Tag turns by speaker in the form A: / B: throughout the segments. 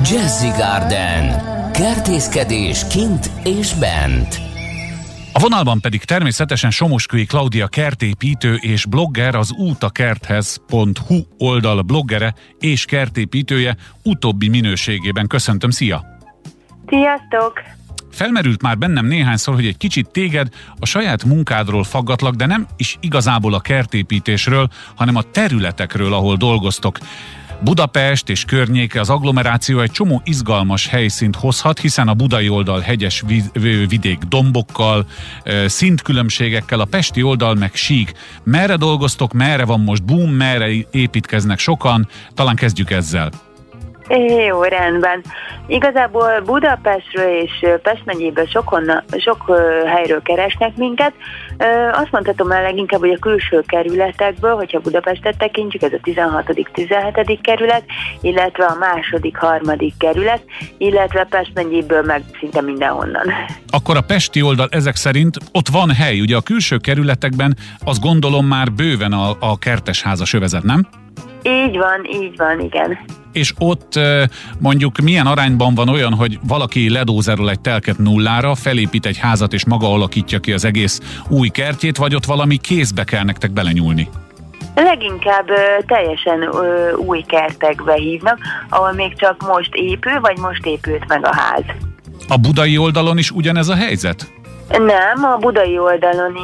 A: Jazzy Garden. Kertészkedés kint és bent.
B: A vonalban pedig természetesen Somoskői Klaudia kertépítő és blogger, az utakerthez.hu oldal bloggere és kertépítője, utóbbi minőségében. Köszöntöm, szia!
C: Sziasztok!
B: Felmerült már bennem néhányszor, hogy egy kicsit téged a saját munkádról faggatlak, de nem is igazából a kertépítésről, hanem a területekről, ahol dolgoztok. Budapest és környéke, az agglomeráció egy csomó izgalmas helyszínt hozhat, hiszen a budai oldal hegyes vidék dombokkal, szintkülönbségekkel, a pesti oldal meg sík. Merre dolgoztok, merre van most boom, merre építkeznek sokan? Talán kezdjük ezzel.
C: Jó, rendben. Igazából Budapestről és Pest megyéből sok helyről keresnek minket. Azt mondhatom el leginkább, hogy a külső kerületekből, hogyha Budapestet tekintjük, ez a 16.-17. kerület, illetve a 2.-3. kerület, illetve Pest megyéből meg szinte mindenhonnan.
B: Akkor a pesti oldal ezek szerint ott van hely, ugye a külső kerületekben azt gondolom már bőven a kertesházas övezet, nem?
C: Így van, igen.
B: És ott mondjuk milyen arányban van olyan, hogy valaki ledózerol egy telket nullára, felépít egy házat és maga alakítja ki az egész új kertjét, vagy ott valami kézbe kell nektek belenyúlni?
C: Leginkább teljesen új kertekbe hívnak, ahol még csak most épül, vagy most épült meg a ház.
B: A budai oldalon is ugyanez a helyzet?
C: Nem, a budai oldalon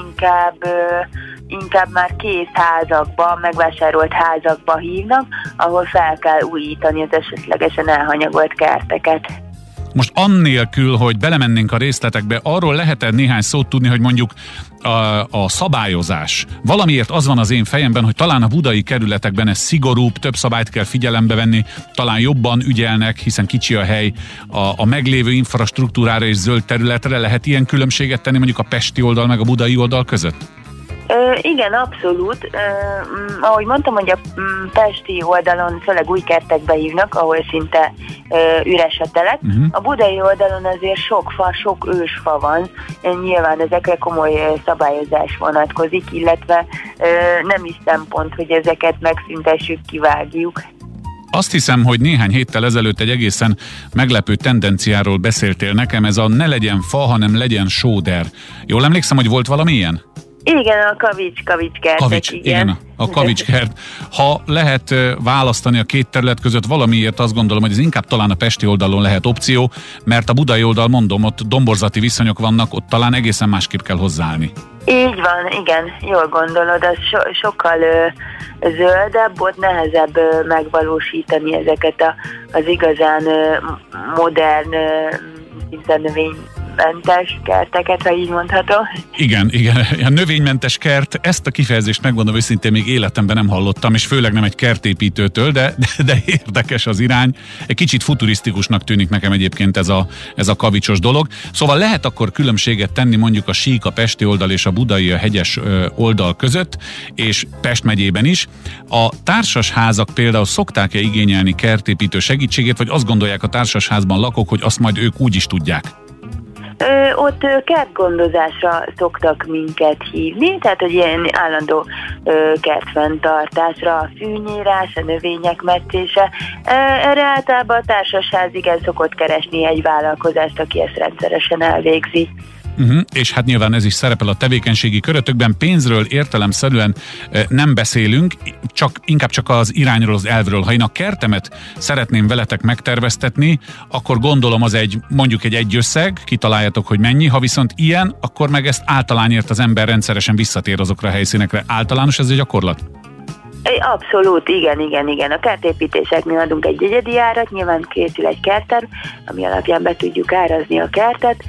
C: inkább már kész házakba, megvásárolt házakba hívnak, ahol fel kell újítani az esetlegesen elhanyagolt kerteket.
B: Most annélkül, hogy belemennénk a részletekbe, arról lehet-e néhány szót tudni, hogy mondjuk a szabályozás. Valamiért az van az én fejemben, hogy talán a budai kerületekben ez szigorúbb, több szabályt kell figyelembe venni, talán jobban ügyelnek, hiszen kicsi a hely, a meglévő infrastruktúrára és zöld területre. Lehet ilyen különbséget tenni mondjuk a pesti oldal meg a budai oldal között?
C: Igen, abszolút. Ahogy mondtam, hogy a pesti oldalon főleg új kertekbe hívnak, ahol szinte üres a telek. A budai oldalon azért sok fa, sok ősfa van. Nyilván ezekre komoly szabályozás vonatkozik, illetve nem is szempont, hogy ezeket megszüntessük, kivágjuk.
B: Azt hiszem, hogy néhány héttel ezelőtt egy egészen meglepő tendenciáról beszéltél nekem, ez a ne legyen fa, hanem legyen sóder. Jól emlékszem, hogy volt valami ilyen?
C: Igen, a kavics-kertek,
B: igen, a kavicskert. Ha lehet választani a két terület között, valamiért azt gondolom, hogy ez inkább talán a pesti oldalon lehet opció, mert a budai oldal, mondom, ott domborzati viszonyok vannak, ott talán egészen másképp kell hozzáállni.
C: Így van, igen, jól gondolod, az sokkal zöldebb, ott nehezebb megvalósítani ezeket az igazán modern, szinte növénymentes kerteket, ha így mondhatom. Igen,
B: a növénymentes kert, ezt a kifejezést megmondom őszintén még életemben nem hallottam, és főleg nem egy kertépítőtől, de érdekes az irány. Egy kicsit futurisztikusnak tűnik nekem egyébként ez a kavicsos dolog. Szóval lehet akkor különbséget tenni mondjuk a sík, a pesti oldal és a budai, a hegyes oldal között, és Pest megyében is. A társasházak például szokták-e igényelni kertépítő segítségét, vagy azt gondolják a társasházban lakók, hogy azt majd ők úgy is tudják?
C: Ott kertgondozásra szoktak minket hívni, tehát hogy ilyen állandó kertfenntartásra, a fűnyírás, a növények metszése. Erre általában a társasház igen szokott keresni egy vállalkozást, aki ezt rendszeresen elvégzi.
B: És hát nyilván ez is szerepel a tevékenységi körötökben, pénzről értelemszerűen nem beszélünk, inkább csak az irányról, az elvről. Ha én a kertemet szeretném veletek megterveztetni, akkor gondolom az mondjuk egy összeg, kitaláljátok, hogy mennyi, ha viszont ilyen, akkor meg ezt általányért az ember rendszeresen visszatér azokra a helyszínekre. Általános ez a gyakorlat?
C: Abszolút, igen. A kertépítéseknél adunk egy egyedi árat, nyilván készül egy kertterv, ami alapján be tudjuk árazni a kertet.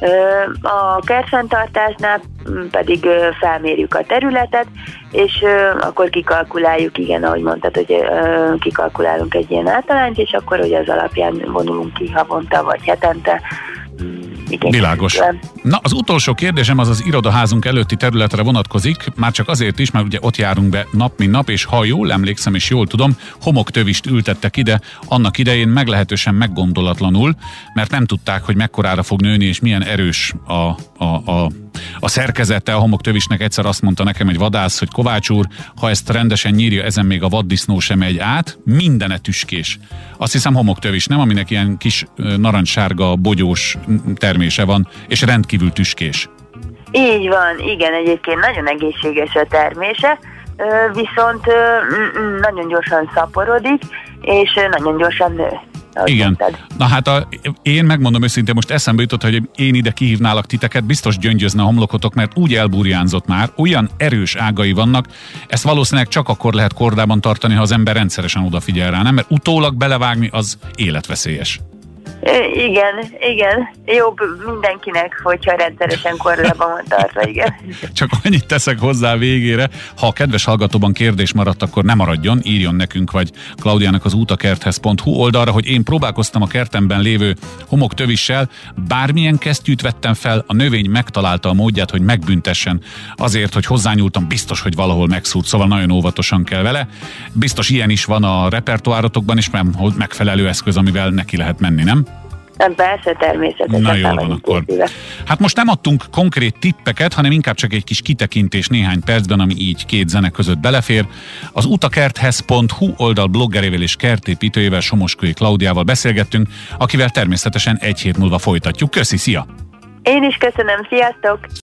C: A kertfenntartásnál pedig felmérjük a területet, és akkor kikalkuláljuk, igen, ahogy mondtad, hogy kikalkulálunk egy ilyen általányt, és akkor hogy az alapján vonulunk ki havonta vagy hetente. Igen,
B: világos. Na, az utolsó kérdésem az az irodaházunk előtti területre vonatkozik, már csak azért is, mert ugye ott járunk be nap mint nap, és ha jól emlékszem és jól tudom, homoktövist ültettek ide annak idején meglehetősen meggondolatlanul, mert nem tudták, hogy mekkorára fog nőni és milyen erős a a szerkezete. A homoktövisnek egyszer azt mondta nekem egy vadász, hogy Kovács úr, ha ezt rendesen nyírja, ezen még a vaddisznó sem megy át, mindene tüskés. Azt hiszem homoktövis, nem? Aminek ilyen kis narancssárga, bogyós termése van, és rendkívül tüskés.
C: Így van, igen, egyébként nagyon egészséges a termése, viszont nagyon gyorsan szaporodik, és nagyon gyorsan nő.
B: Igen.
C: Mondtad.
B: Na hát én megmondom őszintén, most eszembe jutott, hogy én ide kihívnálak titeket, biztos gyöngyözne a homlokotok, mert úgy elburjánzott már, olyan erős ágai vannak, ezt valószínűleg csak akkor lehet kordában tartani, ha az ember rendszeresen odafigyel rá, nem? Mert utólag belevágni az életveszélyes.
C: Igen. Jobb mindenkinek, hogyha rendszeresen kordában van tartva, igen.
B: Csak annyit teszek hozzá végére, ha a kedves hallgatóban kérdés maradt, akkor ne maradjon, írjon nekünk, vagy Klaudiának az útakerthez.hu oldalra, hogy én próbálkoztam a kertemben lévő homoktövissel, bármilyen kesztyűt vettem fel, a növény megtalálta a módját, hogy megbüntessen azért, hogy hozzányúltam, biztos, hogy valahol megszúrt, szóval nagyon óvatosan kell vele. Biztos ilyen is van a repertoárotokban, és megfelelő eszköz, amivel neki lehet menni, nem?
C: Persze, természetesen.
B: Na jól van akkor. Hát most nem adtunk konkrét tippeket, hanem inkább csak egy kis kitekintés néhány percben, ami így két zene között belefér. Az utakerthez.hu oldal bloggerével és kertépítőjével, Somoskői Klaudiával beszélgettünk, akivel természetesen egy hét múlva folytatjuk. Köszi, szia!
C: Én is köszönöm, sziasztok!